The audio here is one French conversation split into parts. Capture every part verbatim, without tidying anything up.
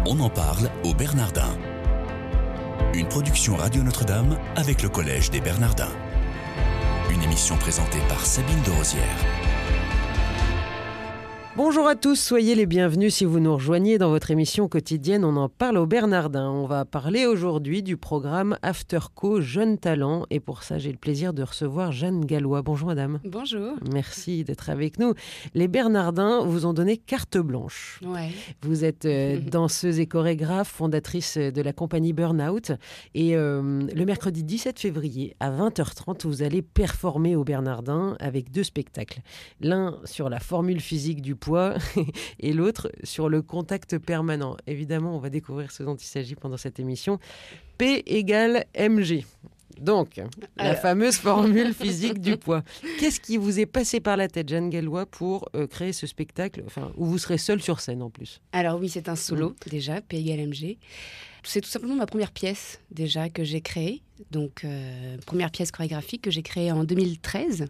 On en parle aux Bernardins. Une production Radio Notre-Dame avec le Collège des Bernardins. Une émission présentée par Sabine de Rosière. Bonjour à tous, soyez les bienvenus si vous nous rejoignez dans votre émission quotidienne On en parle aux Bernardins. On va parler aujourd'hui du programme AfterCo Jeunes Talents et pour ça j'ai le plaisir de recevoir Jeanne Gallois. Bonjour madame. Bonjour. Merci d'être avec nous. Les Bernardins vous ont donné carte blanche. Ouais. Vous êtes euh, danseuse et chorégraphe, fondatrice de la compagnie Burnout et euh, le mercredi dix-sept février à vingt heures trente vous allez performer aux Bernardins avec deux spectacles. L'un sur la formule physique du poids et l'autre sur le contact permanent. Évidemment, on va découvrir ce dont il s'agit pendant cette émission. P égale M G. Donc, Alors... la fameuse formule physique du poids. Qu'est-ce qui vous est passé par la tête, Jeanne Gallois, pour euh, créer ce spectacle, enfin, où vous serez seule sur scène en plus? Alors oui, c'est un solo mmh. déjà, P égale M G. C'est tout simplement ma première pièce déjà que j'ai créée. Donc, euh, première pièce chorégraphique que j'ai créée en deux mille treize.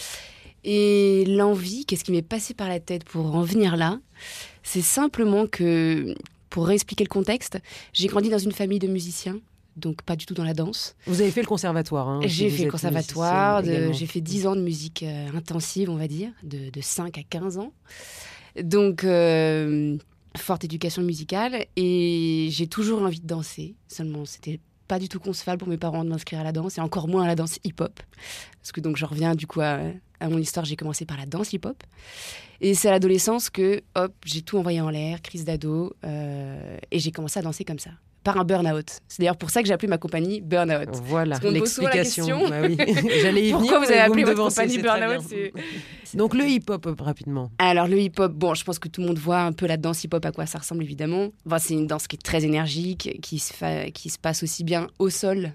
Et l'envie, qu'est-ce qui m'est passé par la tête pour en venir là, c'est simplement que, pour réexpliquer le contexte, j'ai grandi dans une famille de musiciens, donc pas du tout dans la danse. Vous avez fait le conservatoire hein, J'ai fait le conservatoire, de, j'ai fait dix ans de musique euh, intensive, on va dire, de, de cinq à quinze ans. Donc, euh, forte éducation musicale, et j'ai toujours eu envie de danser, seulement c'était pas du tout concevable pour mes parents de m'inscrire à la danse, et encore moins à la danse hip-hop. Parce que donc je reviens du coup à, à mon histoire, j'ai commencé par la danse hip-hop. Et c'est à l'adolescence que, hop, j'ai tout envoyé en l'air, crise d'ado, euh, et j'ai commencé à danser comme ça, par un burn-out. C'est d'ailleurs pour ça que j'ai appelé ma compagnie Burnout. Voilà, l'explication. Bah oui. J'allais y venir. Pourquoi vous avez appelé vous votre compagnie Burnout c'est... Donc le hip-hop, rapidement. Alors le hip-hop, bon, je pense que tout le monde voit un peu la danse hip-hop, à quoi ça ressemble évidemment. Enfin, c'est une danse qui est très énergique, qui se, fa... qui se passe aussi bien au sol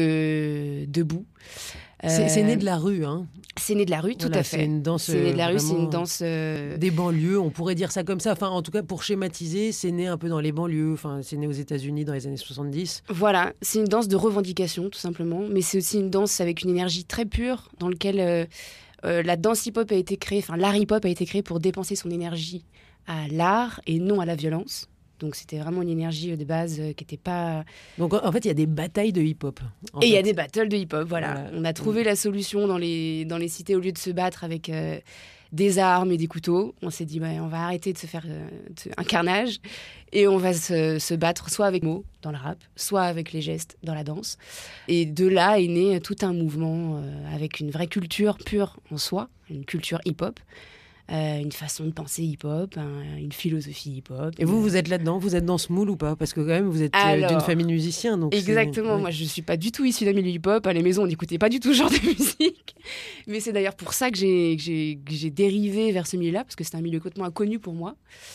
que debout. C'est, euh, c'est né de la rue, hein. C'est né de la rue, tout voilà, à fait. C'est une danse. C'est né de la rue, c'est une danse euh... des banlieues. On pourrait dire ça comme ça. Enfin, en tout cas, pour schématiser, c'est né un peu dans les banlieues. Enfin, c'est né aux États-Unis dans les années soixante-dix. Voilà, c'est une danse de revendication, tout simplement. Mais c'est aussi une danse avec une énergie très pure, dans laquelle euh, euh, la danse hip-hop a été créée. Enfin, l'art hip-hop a été créé pour dépenser son énergie à l'art et non à la violence. Donc, c'était vraiment une énergie de base euh, qui n'était pas... Donc, en fait, il y a des batailles de hip-hop. Et il y a des battles de hip-hop, voilà. voilà. On a trouvé mmh. la solution dans les, dans les cités. Au lieu de se battre avec euh, des armes et des couteaux, on s'est dit, bah, on va arrêter de se faire euh, de, un carnage et on va se, se battre soit avec mots dans le rap, soit avec les gestes dans la danse. Et de là est né tout un mouvement euh, avec une vraie culture pure en soi, une culture hip-hop. Euh, une façon de penser hip-hop, hein, une philosophie hip-hop. Et vous, vous êtes là-dedans? Vous êtes dans ce moule ou pas? Parce que quand même, vous êtes Alors, d'une famille de musiciens. Donc exactement. c'est... Moi, je ne suis pas du tout issue d'un milieu hip-hop. À la maison, on n'écoutait pas du tout ce genre de musique. Mais c'est d'ailleurs pour ça que j'ai, que j'ai, que j'ai dérivé vers ce milieu-là, parce que c'est un milieu complètement inconnu pour moi,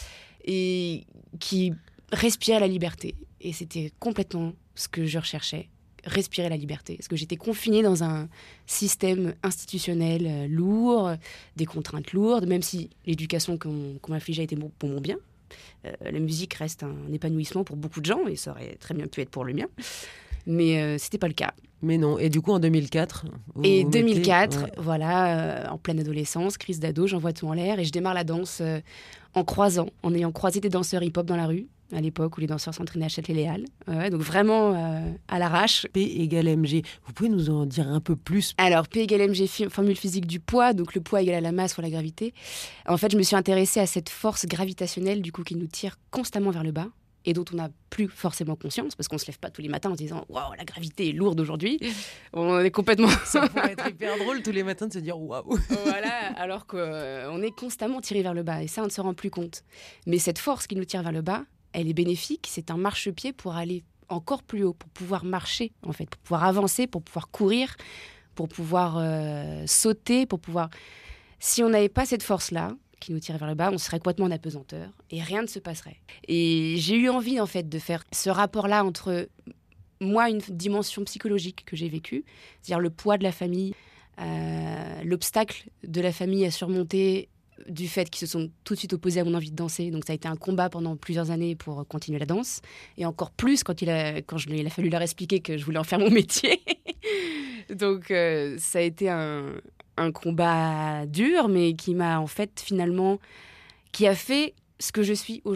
et qui respirait la liberté. Et c'était complètement ce que je recherchais. Respirer la liberté. Parce que j'étais confinée dans un système institutionnel euh, lourd, des contraintes lourdes, même si l'éducation qu'on, qu'on m'infligeait était bon, pour mon bien. Euh, la musique reste un épanouissement pour beaucoup de gens, et ça aurait très bien pu être pour le mien. Mais euh, c'était pas le cas. Mais non. Et du coup, en deux mille quatre vous, Et vous deux mille quatre, mettez... ouais. voilà, euh, en pleine adolescence, crise d'ado, j'envoie tout en l'air, et je démarre la danse euh, en croisant, en ayant croisé des danseurs hip-hop dans la rue, à l'époque où les danseurs s'entraînaient à Châtelet-Les Halles. Ouais, donc vraiment euh, à l'arrache. P égale M G. Vous pouvez nous en dire un peu plus? Alors, P égale M G, formule physique du poids, donc le poids égale à la masse fois la gravité. En fait, je me suis intéressée à cette force gravitationnelle du coup qui nous tire constamment vers le bas et dont on n'a plus forcément conscience, parce qu'on ne se lève pas tous les matins en se disant « Waouh, la gravité est lourde aujourd'hui ». On est complètement... Ça pourrait être hyper drôle tous les matins de se dire « Waouh ». Voilà, alors qu'on euh, est constamment tiré vers le bas, et ça, on ne se rend plus compte. Mais cette force qui nous tire vers le bas, elle est bénéfique, c'est un marchepied pour aller encore plus haut, pour pouvoir marcher, en fait, pour pouvoir avancer, pour pouvoir courir, pour pouvoir euh, sauter, pour pouvoir... Si on n'avait pas cette force-là, qui nous tirait vers le bas, on serait complètement en apesanteur et rien ne se passerait. Et j'ai eu envie, en fait, de faire ce rapport-là entre, moi, une dimension psychologique que j'ai vécue, c'est-à-dire le poids de la famille, euh, l'obstacle de la famille à surmonter du fait qu'ils se sont tout de suite opposés à mon envie de danser. Donc ça a été un combat pendant plusieurs années pour continuer la danse. Et encore plus quand il a, quand je, il a fallu leur expliquer que je voulais en faire mon métier. Donc euh, ça a été un, un combat dur, mais qui m'a en fait finalement... qui a fait ce que je suis aujourd'hui.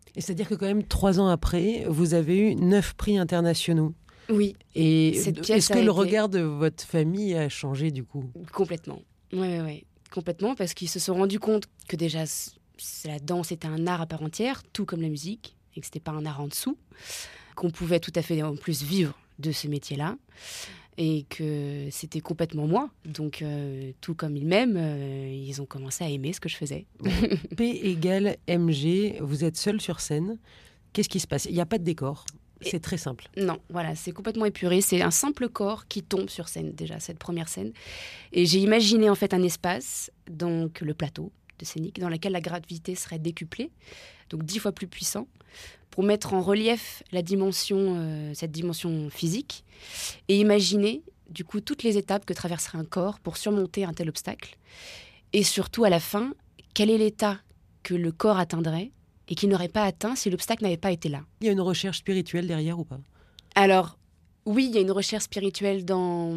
Et c'est-à-dire que quand même, trois ans après, vous avez eu neuf prix internationaux. Oui. Et Cette pièce est-ce que a le été- regard de votre famille a changé du coup? Complètement. Oui, oui, oui. Complètement, parce qu'ils se sont rendus compte que déjà, c- la danse était un art à part entière, tout comme la musique, et que c'était pas un art en dessous, qu'on pouvait tout à fait en plus vivre de ce métier-là, et que c'était complètement moi. Donc, euh, tout comme ils m'aiment, euh, ils ont commencé à aimer ce que je faisais. P égale M G, vous êtes seul sur scène. Qu'est-ce qui se passe? Il n'y a pas de décor. C'est très simple. Non, voilà, c'est complètement épuré. C'est un simple corps qui tombe sur scène, déjà, cette première scène. Et j'ai imaginé en fait un espace, donc le plateau de scénique, dans lequel la gravité serait décuplée, donc dix fois plus puissant, pour mettre en relief la dimension, euh, cette dimension physique, et imaginer du coup toutes les étapes que traverserait un corps pour surmonter un tel obstacle. Et surtout, à la fin, quel est l'état que le corps atteindrait et qu'il n'aurait pas atteint si l'obstacle n'avait pas été là. Il y a une recherche spirituelle derrière ou pas? Alors, oui, il y a une recherche spirituelle dans,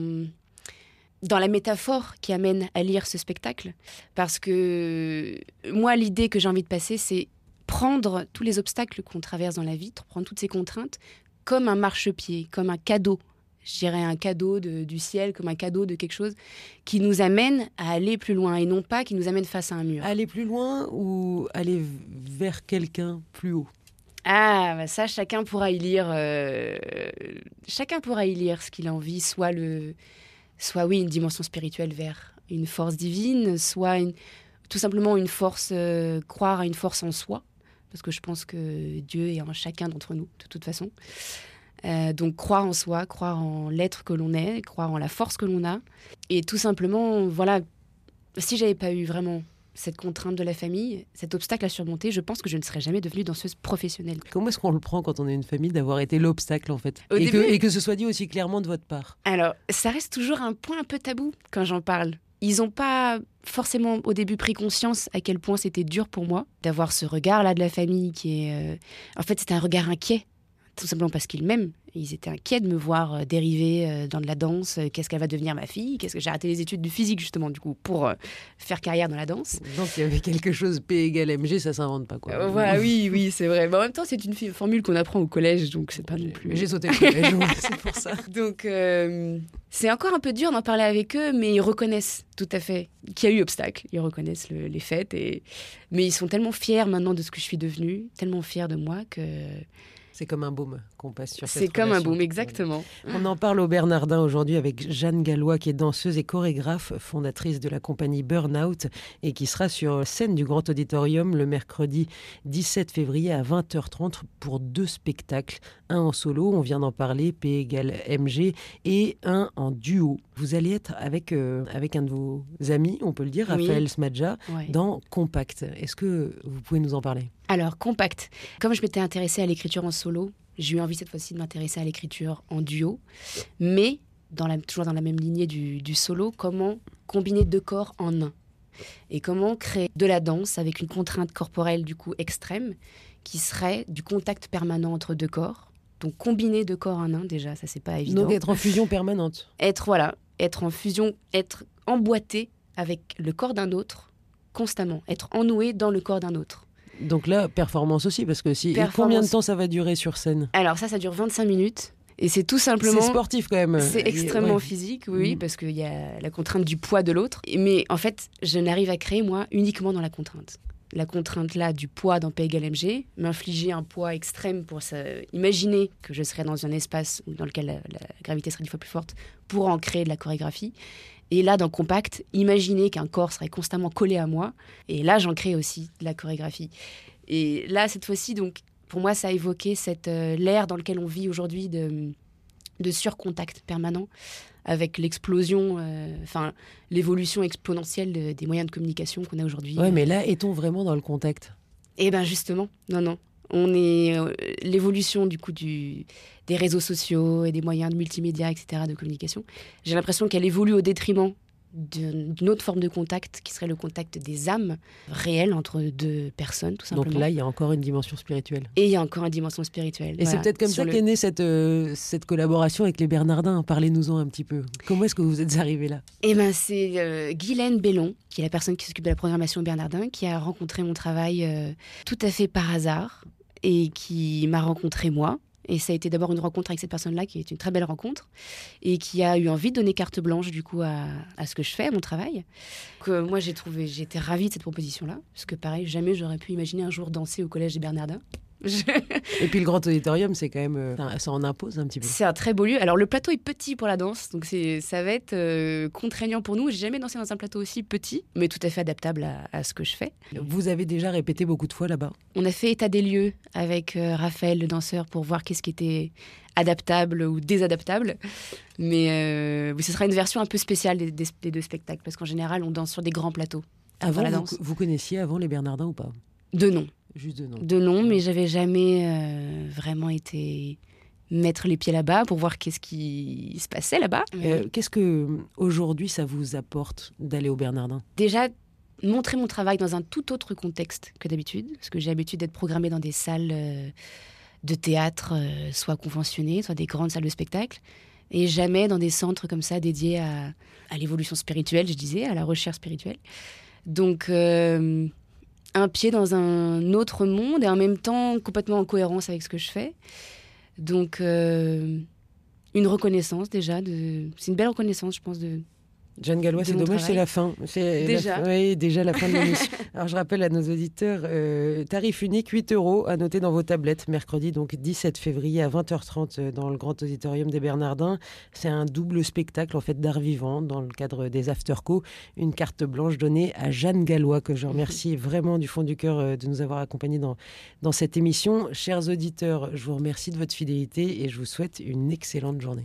dans la métaphore qui amène à lire ce spectacle. Parce que moi, l'idée que j'ai envie de passer, c'est prendre tous les obstacles qu'on traverse dans la vie, prendre toutes ces contraintes, comme un marchepied, comme un cadeau. Je dirais un cadeau de, du ciel, comme un cadeau de quelque chose qui nous amène à aller plus loin et non pas qui nous amène face à un mur. Aller plus loin ou aller vers quelqu'un plus haut? Ah, bah ça, chacun pourra y lire. Euh, chacun pourra y lire ce qu'il a envie, soit le, soit oui, une dimension spirituelle vers une force divine, soit une, tout simplement une force, euh, croire à une force en soi, parce que je pense que Dieu est en chacun d'entre nous, de toute façon. Euh, donc croire en soi, croire en l'être que l'on est, croire en la force que l'on a, et tout simplement, voilà, si j'avais pas eu vraiment cette contrainte de la famille, cet obstacle à surmonter, je pense que je ne serais jamais devenue danseuse professionnelle. Comment est-ce qu'on le prend quand on est une famille d'avoir été l'obstacle en fait? Au et, début- que, et que ce soit dit aussi clairement de votre part. Alors, ça reste toujours un point un peu tabou quand j'en parle. Ils n'ont pas forcément au début pris conscience à quel point c'était dur pour moi d'avoir ce regard-là de la famille qui est... euh, En fait, c'était un regard inquiet, tout simplement parce qu'ils m'aiment. Ils étaient inquiets de me voir euh, dériver euh, dans de la danse. Euh, Qu'est-ce qu'elle va devenir, ma fille? Qu'est-ce que j'ai arrêté les études de physique, justement, du coup, pour euh, faire carrière dans la danse. Donc il y avait quelque chose, P égale M G, ça s'invente pas quoi. Euh, voilà, oui, oui, c'est vrai. Mais en même temps, c'est une fi- formule qu'on apprend au collège, donc c'est pas non plus... Mais j'ai sauté le collège, ouais, c'est pour ça. Donc, euh, c'est encore un peu dur d'en parler avec eux, mais ils reconnaissent tout à fait qu'il y a eu obstacle. Ils reconnaissent le- les faits. Et... Mais ils sont tellement fiers maintenant de ce que je suis devenue, tellement fiers de moi que C'est comme un baume qu'on passe sur cette c'est comme un relation. boom, exactement. On en parle au Bernardin aujourd'hui avec Jeanne Gallois, qui est danseuse et chorégraphe, fondatrice de la compagnie Burnout, et qui sera sur scène du Grand Auditorium le mercredi dix-sept février à vingt heures trente pour deux spectacles. Un en solo, on vient d'en parler, P égale M G, et un en duo. Vous allez être avec, euh, avec un de vos amis, on peut le dire, Oui. Raphaël Smadja, Ouais. dans Compact. Est-ce que vous pouvez nous en parler? Alors, Compact. Comme je m'étais intéressée à l'écriture en solo, j'ai eu envie cette fois-ci de m'intéresser à l'écriture en duo, mais dans la, toujours dans la même lignée du, du solo, comment combiner deux corps en un et comment créer de la danse avec une contrainte corporelle du coup extrême qui serait du contact permanent entre deux corps. Donc combiner deux corps en un, déjà, ça c'est pas évident. Donc être en fusion permanente. Être voilà, être en fusion, être emboîté avec le corps d'un autre constamment, être ennoué dans le corps d'un autre. Donc là, performance aussi, parce que si... Et Performance. combien de temps ça va durer sur scène? Alors ça, ça dure vingt-cinq minutes et c'est tout simplement... C'est sportif quand même. C'est Et- extrêmement ouais. physique, oui, Mm. parce qu'il y a la contrainte du poids de l'autre. Mais en fait, je n'arrive à créer, moi, uniquement dans la contrainte. La contrainte là du poids dans P égale M G, m'infliger un poids extrême pour ça, imaginer que je serais dans un espace dans lequel la, la gravité serait dix fois plus forte pour en créer de la chorégraphie. Et là, dans Compact, imaginer qu'un corps serait constamment collé à moi. Et là, j'en crée aussi de la chorégraphie. Et là, cette fois-ci, donc, pour moi, ça a évoqué cette, euh, l'ère dans lequel on vit aujourd'hui de, de surcontact permanent avec l'explosion, euh, enfin, l'évolution exponentielle de- des moyens de communication qu'on a aujourd'hui. Ouais, mais là, est-on vraiment dans le contact? Eh bien, justement, non, non. On est euh, l'évolution du coup du, des réseaux sociaux et des moyens de multimédia, et cetera, de communication. J'ai l'impression qu'elle évolue au détriment d'une d'une autre forme de contact, qui serait le contact des âmes réelles entre deux personnes, tout simplement. Donc là, il y a encore une dimension spirituelle. Et il y a encore une dimension spirituelle. Et voilà, c'est peut-être comme sur ça le- qu'est née cette, euh, cette collaboration avec les Bernardins. Parlez-nous-en un petit peu. Comment est-ce que vous êtes arrivés là? Eh ben, c'est euh, Guylaine Bellon, qui est la personne qui s'occupe de la programmation Bernardin, qui a rencontré mon travail euh, tout à fait par hasard. et qui m'a rencontré moi. Et ça a été d'abord une rencontre avec cette personne-là qui est une très belle rencontre et qui a eu envie de donner carte blanche du coup à, à ce que je fais, à mon travail. Donc, euh, moi, j'ai trouvé, j'ai été ravie de cette proposition-là parce que pareil, jamais j'aurais pu imaginer un jour danser au Collège des Bernardins. Je... Et puis le grand auditorium, c'est quand même, euh, ça en impose un petit peu. C'est un très beau lieu. Alors le plateau est petit pour la danse, donc c'est, ça va être euh, contraignant pour nous. J'ai jamais dansé dans un plateau aussi petit, mais tout à fait adaptable à, à ce que je fais. Vous avez déjà répété beaucoup de fois là-bas? On a fait état des lieux avec euh, Raphaël, le danseur, pour voir qu'est-ce qui était adaptable ou désadaptable. Mais euh, oui, ce sera une version un peu spéciale des, des, des deux spectacles, parce qu'en général, on danse sur des grands plateaux. Avant, la vous, danse. vous connaissiez avant les Bernardins ou pas? De nom. Juste de nom. De nom, mais j'avais jamais euh, vraiment été mettre les pieds là-bas pour voir qu'est-ce qui se passait là-bas. Euh, qu'est-ce que aujourd'hui ça vous apporte d'aller au Bernardin? Déjà, montrer mon travail dans un tout autre contexte que d'habitude, parce que j'ai l'habitude d'être programmée dans des salles euh, de théâtre, euh, soit conventionnées, soit des grandes salles de spectacle, et jamais dans des centres comme ça dédiés à, à l'évolution spirituelle, je disais, à la recherche spirituelle. Donc... Euh, un pied dans un autre monde et en même temps complètement en cohérence avec ce que je fais. Donc, euh, une reconnaissance déjà. De... C'est une belle reconnaissance, je pense, de... Jeanne Gallois, c'est dommage, travail. C'est la fin. C'est déjà la... Oui, déjà la fin de l'émission. Alors, je rappelle à nos auditeurs, euh, tarif unique, huit euros, à noter dans vos tablettes, mercredi, donc dix-sept février à vingt heures trente dans le Grand Auditorium des Bernardins. C'est un double spectacle, en fait, d'art vivant, dans le cadre des Afterco. Une carte blanche donnée à Jeanne Gallois, que je remercie vraiment du fond du cœur de nous avoir accompagnés dans, dans cette émission. Chers auditeurs, je vous remercie de votre fidélité et je vous souhaite une excellente journée.